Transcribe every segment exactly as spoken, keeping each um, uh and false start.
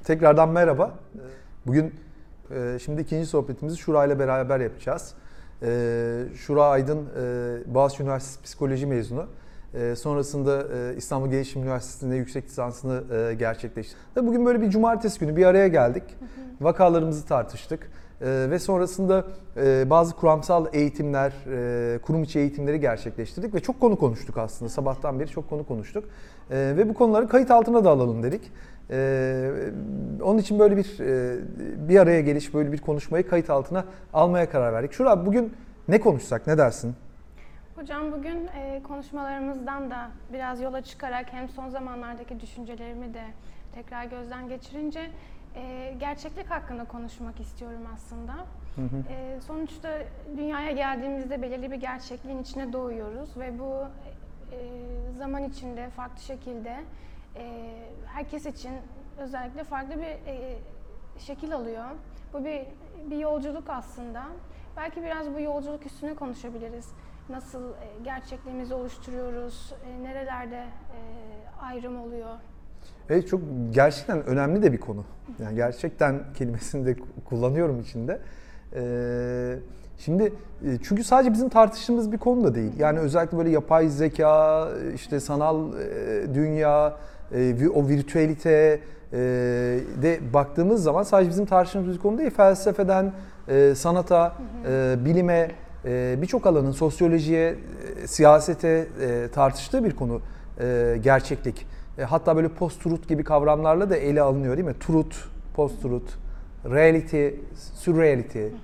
Tekrardan merhaba. Bugün e, şimdi ikinci sohbetimizi Şura ile beraber yapacağız. E, Şura Aydın e, Boğaziçi Üniversitesi Psikoloji mezunu. E, sonrasında e, İstanbul Gelişim Üniversitesi'nde yüksek lisansını e, gerçekleştirdi. Bugün böyle bir cumartesi günü bir araya geldik. Hı hı. Vakalarımızı tartıştık. Ee, ve sonrasında e, bazı kuramsal eğitimler, e, kurum içi eğitimleri gerçekleştirdik ve çok konu konuştuk aslında. Sabahtan beri çok konu konuştuk. E, ve bu konuları kayıt altına da alalım dedik. E, onun için böyle bir e, bir araya geliş, böyle bir konuşmayı kayıt altına almaya karar verdik. Şura, bugün ne konuşsak, ne dersin? Hocam bugün e, konuşmalarımızdan da biraz yola çıkarak hem son zamanlardaki düşüncelerimi de tekrar gözden geçirince e, gerçeklik hakkında konuşmak istiyorum aslında. Hı hı. E, sonuçta dünyaya geldiğimizde belirli bir gerçekliğin içine doğuyoruz ve bu e, zaman içinde farklı şekilde e, herkes için özellikle farklı bir e, şekil alıyor. Bu bir bir yolculuk aslında. Belki biraz bu yolculuk üstüne konuşabiliriz. Nasıl gerçekliğimizi oluşturuyoruz, nerelerde ayrım oluyor? Evet, çok gerçekten önemli de bir konu. Yani gerçekten kelimesini de kullanıyorum içinde. Ee, şimdi çünkü sadece bizim tartıştığımız bir konu da değil. Yani özellikle böyle yapay zeka, işte sanal e, dünya, e, o virtüelite e, de baktığımız zaman sadece bizim tartıştığımız bir konu değil. Felsefeden e, sanata, e, bilime, birçok alanın sosyolojiye, siyasete tartıştığı bir konu gerçeklik. Hatta böyle post-truth gibi kavramlarla da ele alınıyor değil mi? Truth, post-truth, reality, surreality. Hı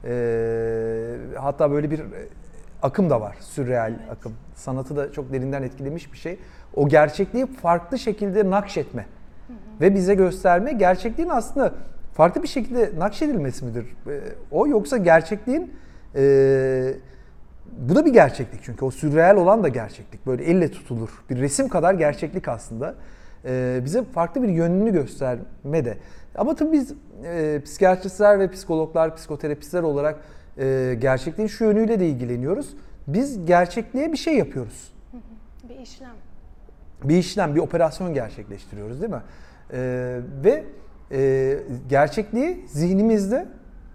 hı. Hatta böyle bir akım da var, sürreal evet. akım. Sanatı da çok derinden etkilemiş bir şey. O gerçekliği farklı şekilde nakşetme hı hı. ve bize gösterme. Gerçekliğin aslında farklı bir şekilde nakşedilmesi midir? O yoksa gerçekliğin Ee, bu da bir gerçeklik çünkü o sürreel olan da gerçeklik. Böyle elle tutulur. Bir resim kadar gerçeklik aslında. Ee, bize farklı bir yönünü gösterme de. Ama tabii biz e, psikiyatristler ve psikologlar, psikoterapistler olarak e, gerçekliğin şu yönüyle de ilgileniyoruz. Biz gerçekliğe bir şey yapıyoruz. Bir işlem. Bir işlem, bir operasyon gerçekleştiriyoruz değil mi? Ee, ve e, gerçekliği zihnimizde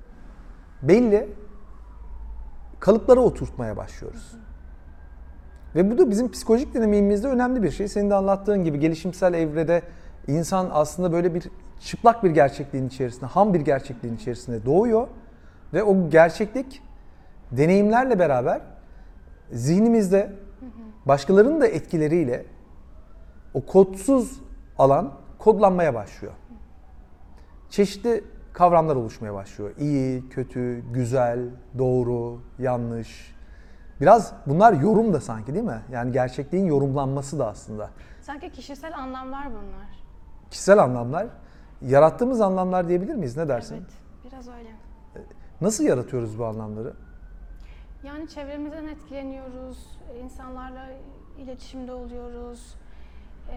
belli kalıplara oturtmaya başlıyoruz. Hı hı. Ve bu da bizim psikolojik deneyimimizde önemli bir şey. Senin de anlattığın gibi gelişimsel evrede insan aslında böyle bir çıplak bir gerçekliğin içerisinde, ham bir gerçekliğin içerisinde doğuyor. Ve o gerçeklik deneyimlerle beraber zihnimizde hı hı. başkalarının da etkileriyle o kodsuz alan kodlanmaya başlıyor. Hı. Çeşitli kavramlar oluşmaya başlıyor. İyi, kötü, güzel, doğru, yanlış. Biraz bunlar yorum da sanki değil mi? Yani gerçekliğin yorumlanması da aslında. Sanki kişisel anlamlar bunlar. Kişisel anlamlar. Yarattığımız anlamlar diyebilir miyiz? Ne dersin? Evet, biraz öyle. Nasıl yaratıyoruz bu anlamları? Yani çevremizden etkileniyoruz, insanlarla iletişimde oluyoruz. Ee,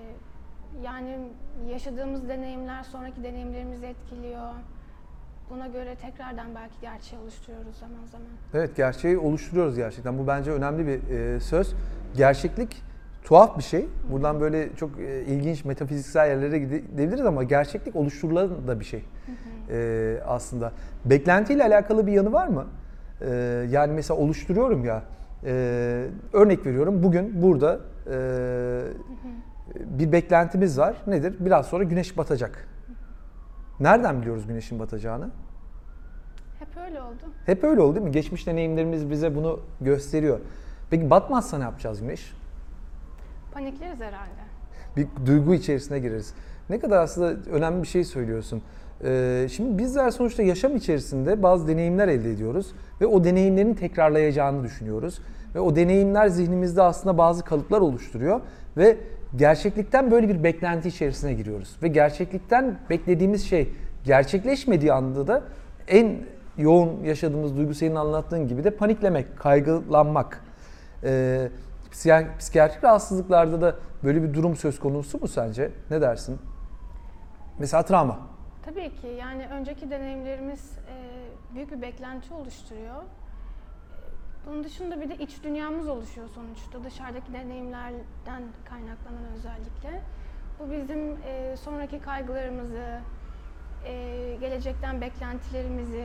Yani yaşadığımız deneyimler sonraki deneyimlerimizi etkiliyor. Buna göre tekrardan belki gerçeği oluşturuyoruz zaman zaman. Evet, gerçeği oluşturuyoruz gerçekten. Bu bence önemli bir e, söz. Gerçeklik tuhaf bir şey. Buradan böyle çok e, ilginç metafiziksel yerlere gidebiliriz ama gerçeklik oluşturulan da bir şey e, aslında. Beklentiyle alakalı bir yanı var mı? E, yani mesela oluşturuyorum ya, e, örnek veriyorum bugün burada e, bir beklentimiz var. Nedir? Biraz sonra güneş batacak. Nereden biliyoruz güneşin batacağını? Hep öyle oldu. Hep öyle oldu değil mi? Geçmiş deneyimlerimiz bize bunu gösteriyor. Peki batmazsa ne yapacağız güneş? Panikleriz herhalde. Bir duygu içerisine gireriz. Ne kadar aslında önemli bir şey söylüyorsun. Ee, şimdi bizler sonuçta yaşam içerisinde bazı deneyimler elde ediyoruz ve o deneyimlerin tekrarlayacağını düşünüyoruz. Ve o deneyimler zihnimizde aslında bazı kalıplar oluşturuyor ve gerçeklikten böyle bir beklenti içerisine giriyoruz. Ve gerçeklikten beklediğimiz şey gerçekleşmediği anda da en yoğun yaşadığımız duygu senin anlattığın gibi de paniklemek, kaygılanmak. Ee, psikiyatrik rahatsızlıklarda da böyle bir durum söz konusu mu sence? Ne dersin? Mesela travma. Tabii ki. Yani önceki deneyimlerimiz büyük bir beklenti oluşturuyor. Bunun dışında bir de iç dünyamız oluşuyor sonuçta. Dışarıdaki deneyimlerden kaynaklanan özellikle. Bu bizim e, sonraki kaygılarımızı, e, gelecekten beklentilerimizi,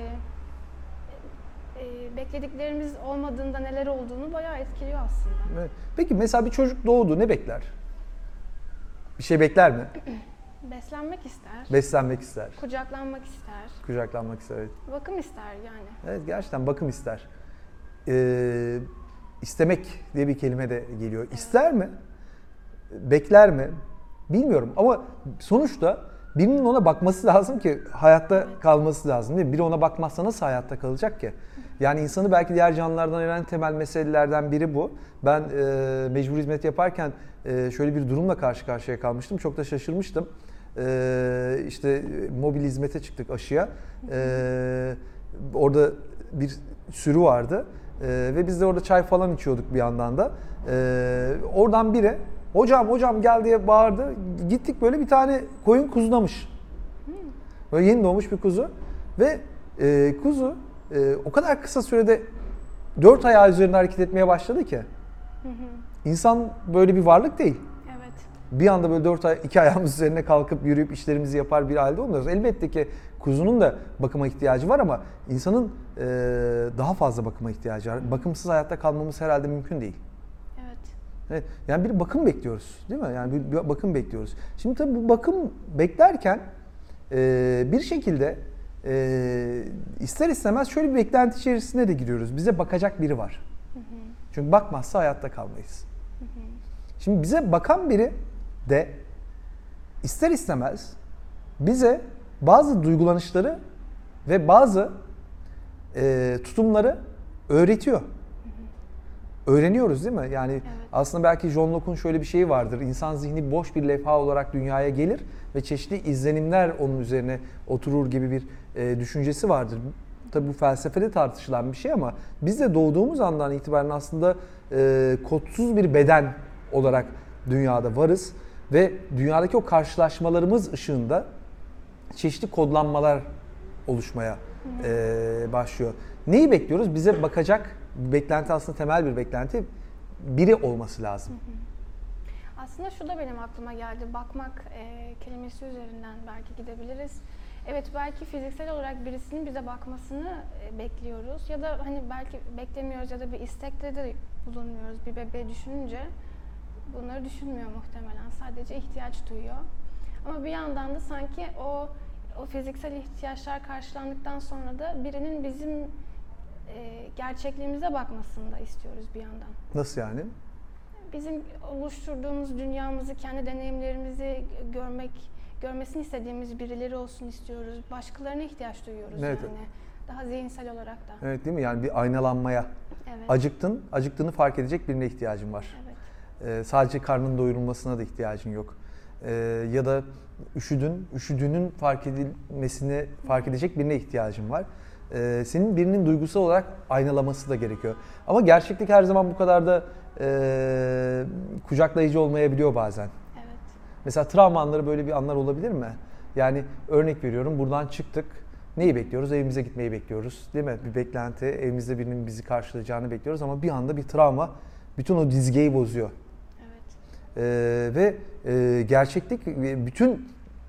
e, beklediklerimiz olmadığında neler olduğunu bayağı etkiliyor aslında. Evet. Peki mesela bir çocuk doğdu, ne bekler? Bir şey bekler mi? Beslenmek ister, Beslenmek ister, kucaklanmak ister, kucaklanmak ister. Evet, bakım ister yani. evet gerçekten bakım ister. Ee, istemek diye bir kelime de geliyor. İster mi? Bekler mi? Bilmiyorum ama sonuçta birinin ona bakması lazım ki hayatta kalması lazım değil mi? Biri ona bakmazsa nasıl hayatta kalacak ki? Yani insanı belki diğer canlılardan ayıran en temel meselelerden biri bu. Ben e, mecbur hizmet yaparken e, şöyle bir durumla karşı karşıya kalmıştım. Çok da şaşırmıştım. E, işte mobil hizmete çıktık aşıya. E, orada bir sürü vardı. E, ve biz de orada çay falan içiyorduk bir yandan da. E, oradan biri hocam hocam gel diye bağırdı. Gittik böyle bir tane koyun kuzulamış. Böyle yeni doğmuş bir kuzu. Ve e, kuzu e, o kadar kısa sürede dört ayağı üzerinde hareket etmeye başladı ki. İnsan böyle bir varlık değil. Evet. Bir anda böyle dört ay, iki ayağımız üzerine kalkıp yürüyüp işlerimizi yapar bir halde olmuyoruz. Elbette ki kuzunun da bakıma ihtiyacı var ama insanın e, daha fazla bakıma ihtiyacı var. Bakımsız hayatta kalmamız herhalde mümkün değil. Evet. Evet, yani bir bakım bekliyoruz değil mi? Yani bir, bir bakım bekliyoruz. Şimdi tabii bu bakım beklerken e, bir şekilde e, ister istemez şöyle bir beklenti içerisine de giriyoruz. Bize bakacak biri var. Hı hı. Çünkü bakmazsa hayatta kalmayız. Hı hı. Şimdi bize bakan biri de ister istemez bize bazı duygulanışları ve bazı e, tutumları öğretiyor. Öğreniyoruz değil mi? Yani Evet. aslında belki John Locke'un şöyle bir şeyi vardır. İnsan zihni boş bir levha olarak dünyaya gelir ve çeşitli izlenimler onun üzerine oturur gibi bir e, düşüncesi vardır. Tabii bu felsefede tartışılan bir şey ama biz de doğduğumuz andan itibaren aslında e, kodsuz bir beden olarak dünyada varız ve dünyadaki o karşılaşmalarımız ışığında çeşitli kodlanmalar oluşmaya e, başlıyor. Neyi bekliyoruz? Bize bakacak, beklenti aslında temel bir beklenti, biri olması lazım. Aslında şu da benim aklıma geldi. Bakmak e, kelimesi üzerinden belki gidebiliriz. Evet, belki fiziksel olarak birisinin bize bakmasını e, bekliyoruz ya da hani belki beklemiyoruz ya da bir istekte de bulunmuyoruz. Bir bebeği düşününce bunları düşünmüyor muhtemelen. Sadece ihtiyaç duyuyor. Ama bir yandan da sanki o o fiziksel ihtiyaçlar karşılandıktan sonra da birinin bizim e, gerçekliğimize bakmasını da istiyoruz bir yandan. Nasıl yani? Bizim oluşturduğumuz dünyamızı, kendi deneyimlerimizi görmek, görmesini istediğimiz birileri olsun istiyoruz. Başkalarına ihtiyaç duyuyoruz Evet. yani. Daha zihinsel olarak da. Evet değil mi? Yani bir aynalanmaya. Evet. Acıktın, acıktığını fark edecek birine ihtiyacın var. Evet. Ee, sadece karnın doyurulmasına da ihtiyacın yok. Ee, ya da üşüdün, üşüdüğünün fark edilmesini fark edecek birine ihtiyacın var. Ee, senin birinin duygusal olarak aynalaması da gerekiyor. Ama gerçeklik her zaman bu kadar da e, kucaklayıcı olmayabiliyor bazen. Evet. Mesela travma anları böyle bir anlar olabilir mi? Yani örnek veriyorum, buradan çıktık. Neyi bekliyoruz? Evimize gitmeyi bekliyoruz. Değil mi? Bir beklenti, evimizde birinin bizi karşılayacağını bekliyoruz ama bir anda bir travma bütün o dizgeyi bozuyor. Evet. Ee, ve e, gerçeklik bütün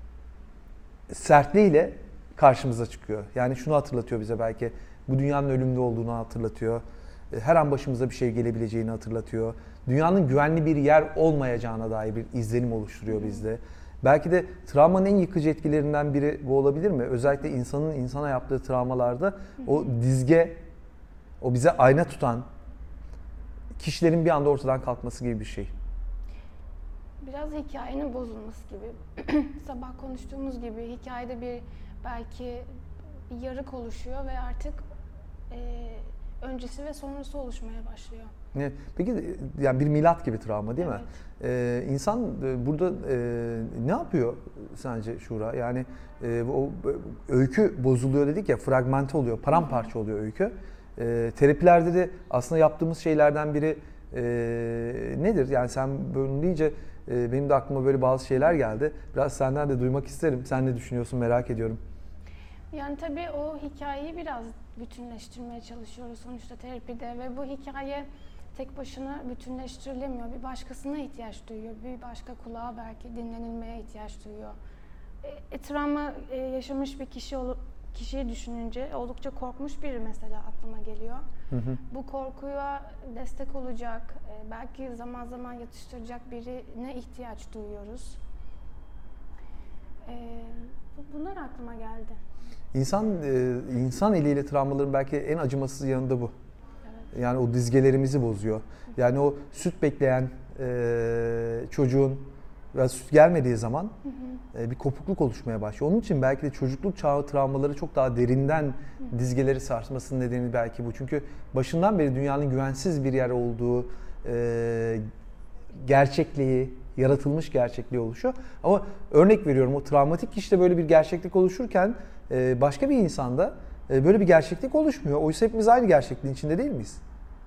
sertliğiyle karşımıza çıkıyor. Yani şunu hatırlatıyor bize belki, bu dünyanın ölümlü olduğunu hatırlatıyor. Her an başımıza bir şey gelebileceğini hatırlatıyor. Dünyanın güvenli bir yer olmayacağına dair bir izlenim oluşturuyor bizde. Belki de travmanın en yıkıcı etkilerinden biri bu olabilir mi? Özellikle insanın insana yaptığı travmalarda o dizge, o bize ayna tutan kişilerin bir anda ortadan kalkması gibi bir şey. Biraz hikayenin bozulması gibi. Sabah konuştuğumuz gibi hikayede bir belki bir yarık oluşuyor ve artık e, öncesi ve sonrası oluşmaya başlıyor. Ne? Peki yani bir milat gibi travma değil mi? Evet. Ee, insan e, burada e, ne yapıyor sence Şura? Yani e, o öykü bozuluyor dedik ya, fragmente oluyor, paramparça oluyor öykü. E, terapilerde de aslında yaptığımız şeylerden biri e, nedir? Yani sen böyle deyince e, benim de aklıma böyle bazı şeyler geldi. Biraz senden de duymak isterim. Sen ne düşünüyorsun, merak ediyorum. Yani tabii o hikayeyi biraz bütünleştirmeye çalışıyoruz sonuçta terapide ve bu hikaye tek başına bütünleştirilemiyor. Bir başkasına ihtiyaç duyuyor. Bir başka kulağa belki dinlenilmeye ihtiyaç duyuyor. E, e, travma e, yaşamış bir kişi olup kişiyi düşününce oldukça korkmuş biri mesela aklıma geliyor. Hı hı. Bu korkuya destek olacak, e, belki zaman zaman yatıştıracak birine ihtiyaç duyuyoruz. E, bu- bunlar aklıma geldi. İnsan e, insan eliyle travmaların belki en acımasız yanı da bu. Evet. Yani o dizgelerimizi bozuyor. Yani o süt bekleyen e, çocuğun ve süt gelmediği zaman Hı hı. e, bir kopukluk oluşmaya başlıyor. Onun için belki de çocukluk çağı travmaları çok daha derinden dizgeleri sarsmasının nedeni belki bu. Çünkü başından beri dünyanın güvensiz bir yer olduğu e, gerçekliği, yaratılmış gerçekliği oluşuyor. Ama örnek veriyorum, o travmatik kişide böyle bir gerçeklik oluşurken e, başka bir insanda e, böyle bir gerçeklik oluşmuyor. Oysa hepimiz aynı gerçekliğin içinde değil miyiz?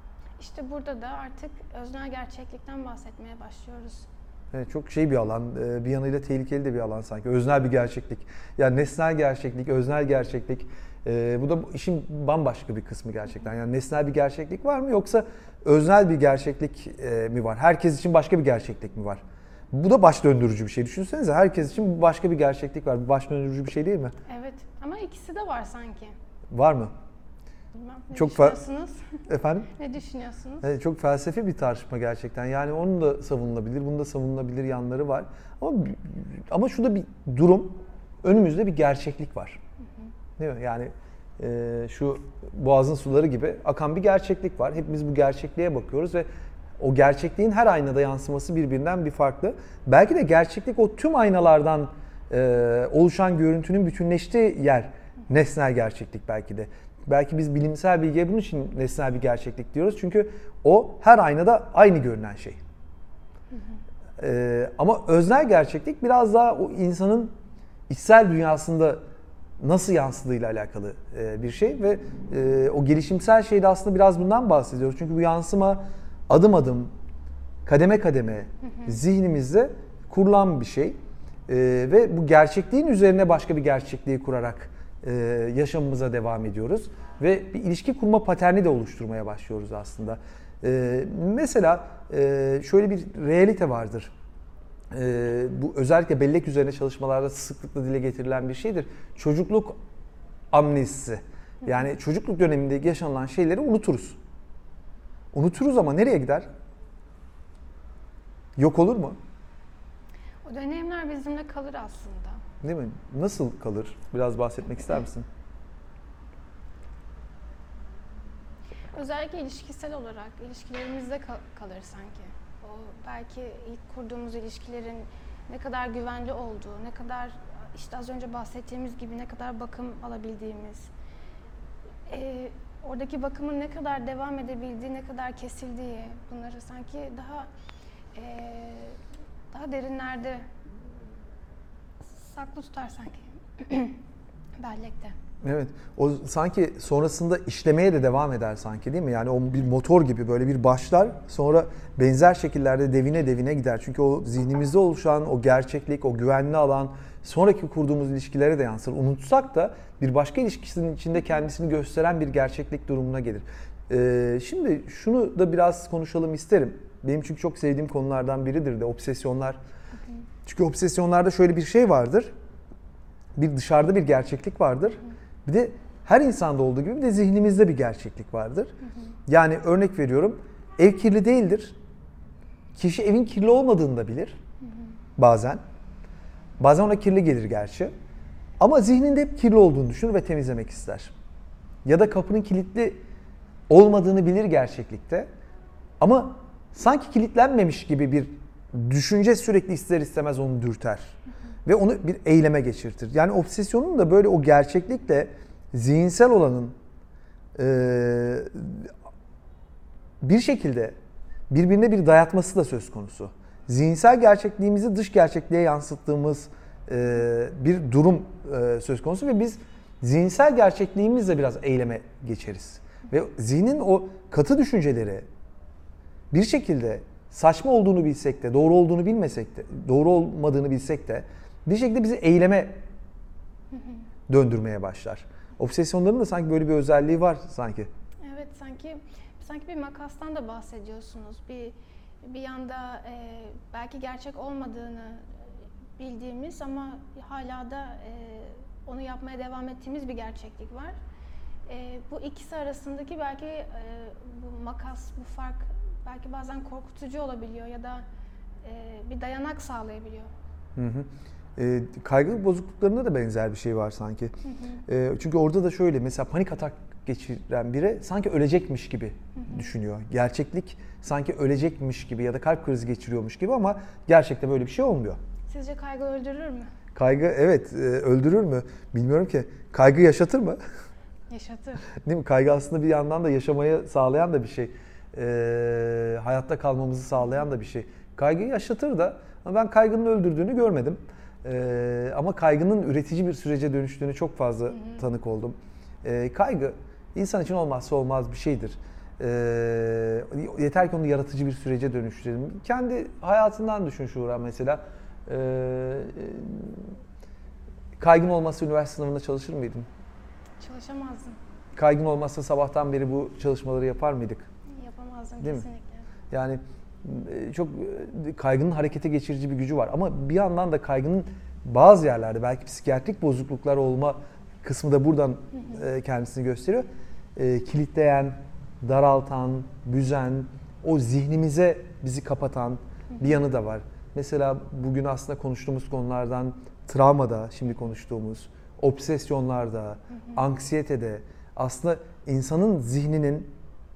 İşte burada da artık öznel gerçeklikten bahsetmeye başlıyoruz. Evet, çok şey bir alan, e, bir yanıyla tehlikeli de bir alan sanki. Öznel bir gerçeklik. Yani nesnel gerçeklik, öznel gerçeklik. e, Bu da işin bambaşka bir kısmı gerçekten. Yani nesnel bir gerçeklik var mı, yoksa öznel bir gerçeklik e, mi var? Herkes için başka bir gerçeklik mi var? Bu da baş döndürücü bir şey. Düşünsenize, herkes için başka bir gerçeklik var. Bu baş döndürücü bir şey değil mi? Evet ama ikisi de var sanki. Var mı? Bilmem. Ne Çok fa- düşünüyorsunuz? Efendim? Ne düşünüyorsunuz? Evet, çok felsefi bir tartışma gerçekten. Yani onun da savunulabilir, bunun da savunulabilir yanları var. Ama ama şurada bir durum, önümüzde bir gerçeklik var. Değil mi? Yani e, şu boğazın suları gibi akan bir gerçeklik var. Hepimiz bu gerçekliğe bakıyoruz ve o gerçekliğin her aynada yansıması birbirinden bir farklı. Belki de gerçeklik o tüm aynalardan e, oluşan görüntünün bütünleştiği yer. Nesnel gerçeklik belki de. Belki biz bilimsel bilgiye bunun için nesnel bir gerçeklik diyoruz. Çünkü o her aynada aynı görünen şey. Hı hı. Ee, ama öznel gerçeklik biraz daha o insanın içsel dünyasında nasıl yansıdığıyla alakalı e, bir şey ve e, o gelişimsel şeyde aslında biraz bundan bahsediyoruz. Çünkü bu yansıma adım adım, kademe kademe hı hı. zihnimizde kurulan bir şey. E, ve bu gerçekliğin üzerine başka bir gerçekliği kurarak e, yaşamımıza devam ediyoruz. Ve bir ilişki kurma paterni de oluşturmaya başlıyoruz aslında. E, mesela e, şöyle bir realite vardır. E, bu özellikle bellek üzerine çalışmalarda sıklıkla dile getirilen bir şeydir. Çocukluk amnesisi. Yani çocukluk döneminde yaşanılan şeyleri unuturuz. Unuturuz ama nereye gider? Yok olur mu? O dönemler bizimle kalır aslında. Değil mi? Nasıl kalır? Biraz bahsetmek ister misin? Özellikle ilişkisel olarak ilişkilerimizde kal- kalır sanki. O belki ilk kurduğumuz ilişkilerin ne kadar güvenli olduğu, ne kadar işte az önce bahsettiğimiz gibi ne kadar bakım alabildiğimiz, e, oradaki bakımın ne kadar devam edebildiği, ne kadar kesildiği, bunları sanki daha e, daha derinlerde saklı tutar sanki bellekte. Evet. O sanki sonrasında işlemeye de devam eder sanki, değil mi? Yani o bir motor gibi böyle bir başlar, sonra benzer şekillerde devine devine gider. Çünkü o zihnimizde oluşan o gerçeklik, o güvenli alan sonraki kurduğumuz ilişkilere de yansır. Unutsak da bir başka ilişkisinin içinde kendisini gösteren bir gerçeklik durumuna gelir. Ee, şimdi şunu da biraz konuşalım isterim. Benim çünkü çok sevdiğim konulardan biridir de obsesyonlar. Çünkü obsesyonlarda şöyle bir şey vardır. Bir dışarıda bir gerçeklik vardır. Bir de her insanda olduğu gibi bir de zihnimizde bir gerçeklik vardır. Yani örnek veriyorum, ev kirli değildir. Kişi evin kirli olmadığını da bilir bazen. Bazen ona kirli gelir gerçi. Ama zihninde hep kirli olduğunu düşünür ve temizlemek ister. Ya da kapının kilitli olmadığını bilir gerçeklikte. Ama sanki kilitlenmemiş gibi bir düşünce sürekli ister istemez onu dürter. Ve onu bir eyleme geçirtir. Yani obsesyonun da böyle o gerçeklikle zihinsel olanın e, bir şekilde birbirine bir dayatması da söz konusu. Zihinsel gerçekliğimizi dış gerçekliğe yansıttığımız e, bir durum e, söz konusu ve biz zihinsel gerçekliğimizle biraz eyleme geçeriz. Ve zihnin o katı düşünceleri bir şekilde saçma olduğunu bilsek de, doğru olduğunu bilmesek de, doğru olmadığını bilsek de bir şekilde bizi eyleme döndürmeye başlar. Obsesyonların da sanki böyle bir özelliği var sanki. Evet, sanki sanki bir makastan da bahsediyorsunuz. Bir bir yanda e, belki gerçek olmadığını bildiğimiz ama hala da e, onu yapmaya devam ettiğimiz bir gerçeklik var. E, bu ikisi arasındaki belki e, bu makas, bu fark belki bazen korkutucu olabiliyor ya da e, bir dayanak sağlayabiliyor. Hı hı. E, kaygı bozukluklarında da benzer bir şey var sanki. Hı hı. E, çünkü orada da şöyle, mesela panik atak geçiren biri sanki ölecekmiş gibi hı hı. düşünüyor. Gerçeklik sanki ölecekmiş gibi ya da kalp krizi geçiriyormuş gibi ama gerçekte böyle bir şey olmuyor. Sizce kaygı öldürür mü? Kaygı evet e, öldürür mü? Bilmiyorum ki. Kaygı yaşatır mı? Yaşatır. Değil mi? Kaygı aslında bir yandan da yaşamayı sağlayan da bir şey. E, hayatta kalmamızı sağlayan da bir şey. Kaygıyı yaşatır da ama ben kaygının öldürdüğünü görmedim. E, ama kaygının üretici bir sürece dönüştüğünü çok fazla hı hı. tanık oldum. E, kaygı insan için olmazsa olmaz bir şeydir. E, yeter ki onu yaratıcı bir sürece dönüştürelim. Kendi hayatından düşün Şura mesela. E, kaygın olmazsa üniversite sınavında çalışır mıydın? Çalışamazdım. Kaygın olmazsa sabahtan beri bu çalışmaları yapar mıydık? Yapamazdım değil kesinlikle. Mi? Yani çok kaygının harekete geçirici bir gücü var ama bir yandan da kaygının bazı yerlerde belki psikiyatrik bozukluklar olma kısmı da buradan hı hı. kendisini gösteriyor. E, kilitleyen, daraltan, büzen, o zihnimize bizi kapatan hı hı. bir yanı da var. Mesela bugün aslında konuştuğumuz konulardan travmada, şimdi konuştuğumuz, obsesyonlarda, hı hı. anksiyetede aslında insanın zihninin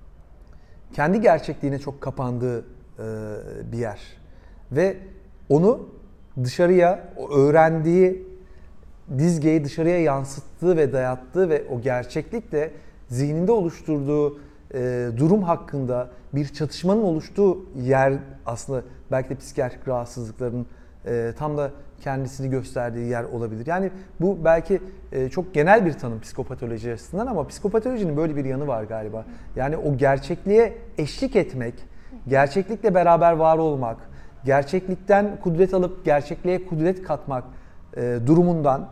kendi gerçekliğine çok kapandığı e, bir yer. Ve onu dışarıya, o öğrendiği dizgeyi dışarıya yansıttığı ve dayattığı ve o gerçeklikle zihninde oluşturduğu e, durum hakkında bir çatışmanın oluştuğu yer aslında belki de psikiyatrik rahatsızlıkların e, tam da kendisini gösterdiği yer olabilir. Yani bu belki e, çok genel bir tanım psikopatoloji açısından ama psikopatolojinin böyle bir yanı var galiba. Yani o gerçekliğe eşlik etmek, gerçeklikle beraber var olmak, gerçeklikten kudret alıp gerçekliğe kudret katmak e, durumundan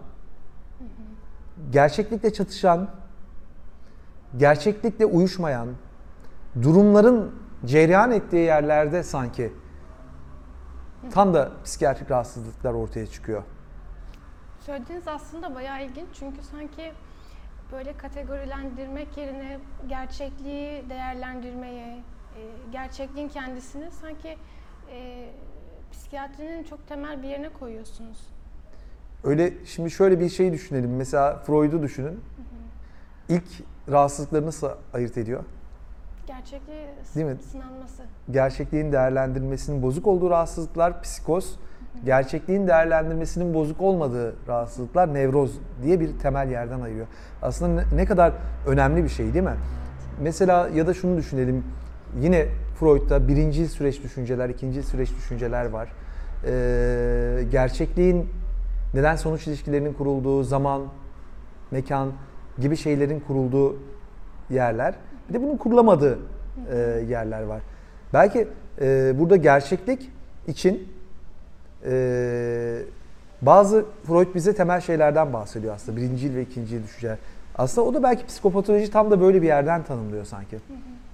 gerçeklikle çatışan, gerçeklikle uyuşmayan durumların cereyan ettiği yerlerde sanki tam da psikiyatrik rahatsızlıklar ortaya çıkıyor. Söylediğiniz aslında bayağı ilginç çünkü sanki böyle kategorilendirmek yerine gerçekliği değerlendirmeye, gerçekliğin kendisini sanki e, psikiyatrinin çok temel bir yerine koyuyorsunuz. Öyle, şimdi şöyle bir şey düşünelim. Mesela Freud'u düşünün. Hı hı. İlk rahatsızlıkları nasıl ayırt ediyor? Gerçekliği sınanması. Gerçekliğin değerlendirilmesinin bozuk olduğu rahatsızlıklar psikoz, hı hı. gerçekliğin değerlendirmesinin bozuk olmadığı rahatsızlıklar nevroz diye bir temel yerden ayırıyor. Aslında ne kadar önemli bir şey değil mi? Mesela ya da şunu düşünelim. Yine Freud'da birincil süreç düşünceler, ikincil süreç düşünceler var. Ee, gerçekliğin neden sonuç ilişkilerinin kurulduğu zaman, mekan gibi şeylerin kurulduğu yerler. Bir de bunun kurulamadığı e, yerler var. Belki e, burada gerçeklik için e, bazı Freud bize temel şeylerden bahsediyor aslında. Birincil ve ikincil düşünceler. Aslında o da belki psikopatoloji tam da böyle bir yerden tanımlıyor sanki. Hı hı.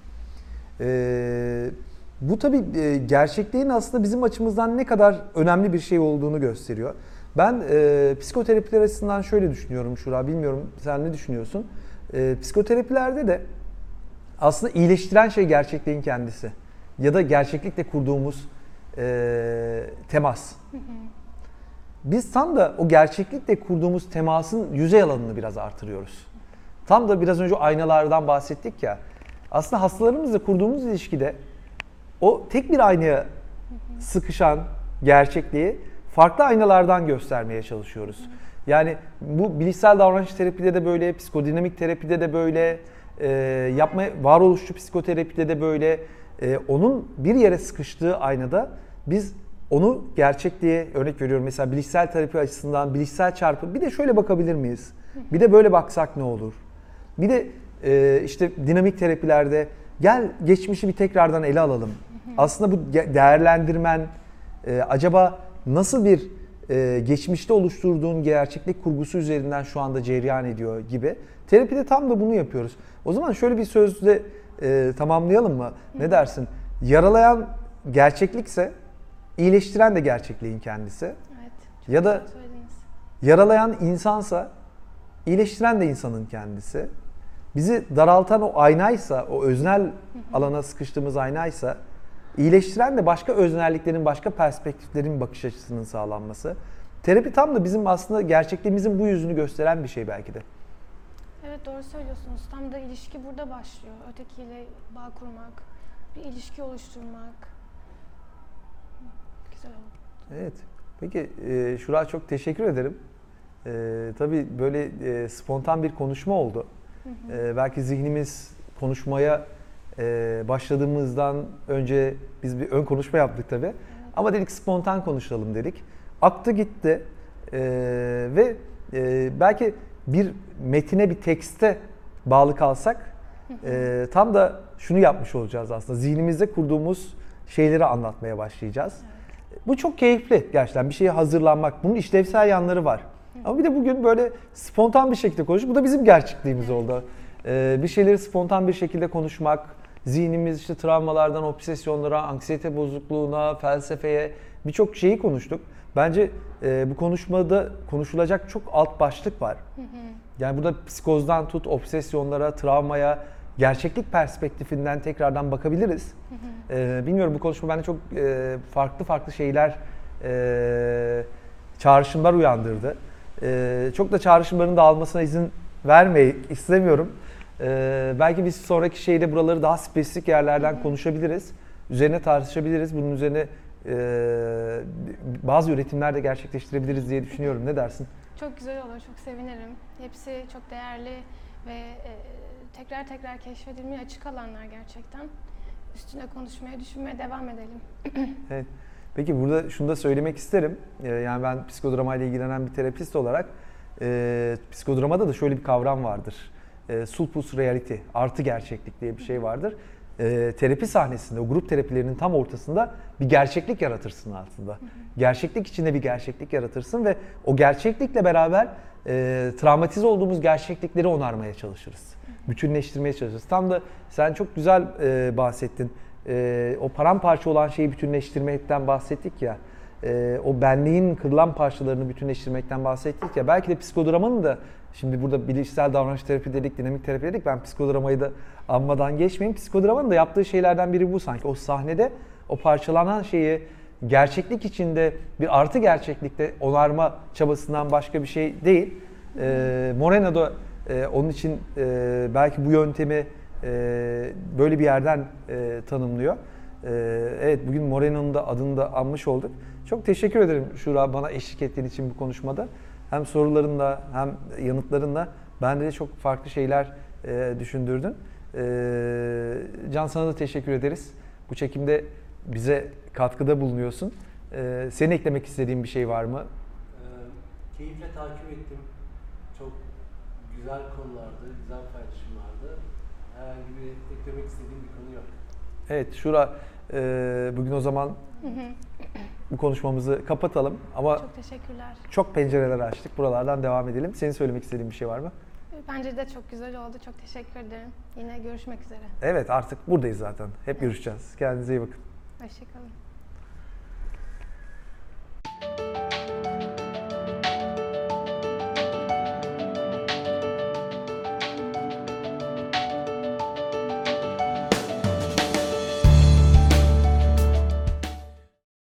E, bu tabii e, gerçekliğin aslında bizim açımızdan ne kadar önemli bir şey olduğunu gösteriyor. Ben e, psikoterapiler açısından şöyle düşünüyorum Şura, bilmiyorum sen ne düşünüyorsun? E, psikoterapilerde de aslında iyileştiren şey gerçekliğin kendisi. Ya da gerçeklikle kurduğumuz e, temas. Hı hı. Biz tam da o gerçeklikle kurduğumuz temasın yüzey alanını biraz artırıyoruz. Tam da biraz önce aynalardan bahsettik ya. Aslında hastalarımızla kurduğumuz ilişkide o tek bir aynaya hı hı. sıkışan gerçekliği farklı aynalardan göstermeye çalışıyoruz. Hı hı. Yani bu bilişsel davranış terapide de böyle, psikodinamik terapide de böyle, e, yapma varoluşçu psikoterapide de böyle. E, onun bir yere sıkıştığı aynada biz onu gerçekliğe, örnek veriyorum mesela bilişsel terapi açısından bilişsel çarpı, bir de şöyle bakabilir miyiz? Bir de böyle baksak ne olur? Bir de e, işte dinamik terapilerde gel geçmişi bir tekrardan ele alalım. Aslında bu değerlendirmen e, acaba nasıl bir e, geçmişte oluşturduğun gerçeklik kurgusu üzerinden şu anda cereyan ediyor gibi. Terapide tam da bunu yapıyoruz. O zaman şöyle bir sözle e, tamamlayalım mı? Ne dersin? Yaralayan gerçeklikse iyileştiren de gerçekliğin kendisi. Evet. Çok Ya da güzel söylediniz. yaralayan insansa iyileştiren de insanın kendisi. Bizi daraltan o aynaysa, o öznel alana sıkıştığımız aynaysa, iyileştiren de başka öznelliklerin, başka perspektiflerin bakış açısının sağlanması. Terapi tam da bizim aslında gerçekliğimizin bu yüzünü gösteren bir şey belki de. Evet, doğru söylüyorsunuz. Tam da ilişki burada başlıyor. Ötekiyle bağ kurmak, bir ilişki oluşturmak. Güzel oldu. Evet. Peki e, Şura, çok teşekkür ederim. E, tabii böyle e, spontan bir konuşma oldu. Hı hı. E, belki zihnimiz konuşmaya e, başladığımızdan önce biz bir ön konuşma yaptık tabii. Evet. Ama dedik spontan konuşalım dedik. Aktı gitti. E, ve e, belki bir metine, bir tekste bağlı kalsak e, tam da şunu yapmış olacağız aslında. Zihnimizde kurduğumuz şeyleri anlatmaya başlayacağız. Evet. Bu çok keyifli gerçekten, bir şeye hazırlanmak. Bunun işlevsel yanları var. Ama bir de bugün böyle spontan bir şekilde konuştuk. Bu da bizim gerçekliğimiz oldu. Ee, bir şeyleri spontan bir şekilde konuşmak, zihnimiz işte travmalardan obsesyonlara, anksiyete bozukluğuna, felsefeye birçok şeyi konuştuk. Bence e, bu konuşmada konuşulacak çok alt başlık var. Yani burada psikozdan tut, obsesyonlara, travmaya, gerçeklik perspektifinden tekrardan bakabiliriz. Ee, bilmiyorum, bu konuşma bende çok e, farklı farklı şeyler, e, çağrışımlar uyandırdı. E, çok da çağrışımların dağılmasına izin vermeyi istemiyorum. E, belki biz sonraki şeyde buraları daha spesifik yerlerden konuşabiliriz. Üzerine tartışabiliriz. Bunun üzerine e, bazı üretimler de gerçekleştirebiliriz diye düşünüyorum. Ne dersin? Çok güzel olur, çok sevinirim. Hepsi çok değerli ve e, tekrar tekrar keşfedilmeye açık alanlar gerçekten. Üstüne konuşmaya, düşünmeye devam edelim. Evet. Peki burada şunu da söylemek isterim. Ee, yani ben psikodrama ile ilgilenen bir terapist olarak e, psikodramada da şöyle bir kavram vardır. E, sulpus reality, artı gerçeklik diye bir şey vardır. E, terapi sahnesinde, o grup terapilerinin tam ortasında bir gerçeklik yaratırsın aslında. Hı hı. Gerçeklik içinde bir gerçeklik yaratırsın ve o gerçeklikle beraber e, travmatize olduğumuz gerçeklikleri onarmaya çalışırız. Hı hı. Bütünleştirmeye çalışırız. Tam da sen çok güzel e, bahsettin. E, o paramparça olan şeyi bütünleştirmekten bahsettik ya. E, o benliğin kırılan parçalarını bütünleştirmekten bahsettik ya. Belki de psikodramanın da, şimdi burada bilişsel davranış terapi dedik, dinamik terapi dedik. Ben psikodramayı da anmadan geçmeyeyim. Psikodramanın da yaptığı şeylerden biri bu sanki. O sahnede o parçalanan şeyi gerçeklik içinde bir artı gerçeklikte onarma çabasından başka bir şey değil. E, Moreno da e, onun için e, belki bu yöntemi e, böyle bir yerden e, tanımlıyor. E, evet, bugün Moreno'nun da adını da anmış olduk. Çok teşekkür ederim Şura, bana eşlik ettiğin için bu konuşmada. Hem sorularınla hem yanıtlarınla bende de çok farklı şeyler e, düşündürdün. E, Can, sana da teşekkür ederiz. Bu çekimde bize katkıda bulunuyorsun. E, senin eklemek istediğin bir şey var mı? E, keyifle takip ettim. Çok güzel konulardı, güzel paylaşımlardı. Herhangi bir eklemek istediğim bir konu yok. Evet Şura, e, bugün o zaman bu konuşmamızı kapatalım ama Çok teşekkürler. çok pencereler açtık. Buralardan devam edelim. Senin söylemek istediğin bir şey var mı? Bence de çok güzel oldu. Çok teşekkür ederim. Yine görüşmek üzere. Evet, artık buradayız zaten. Hep görüşeceğiz. Kendinize iyi bakın. Hoşçakalın.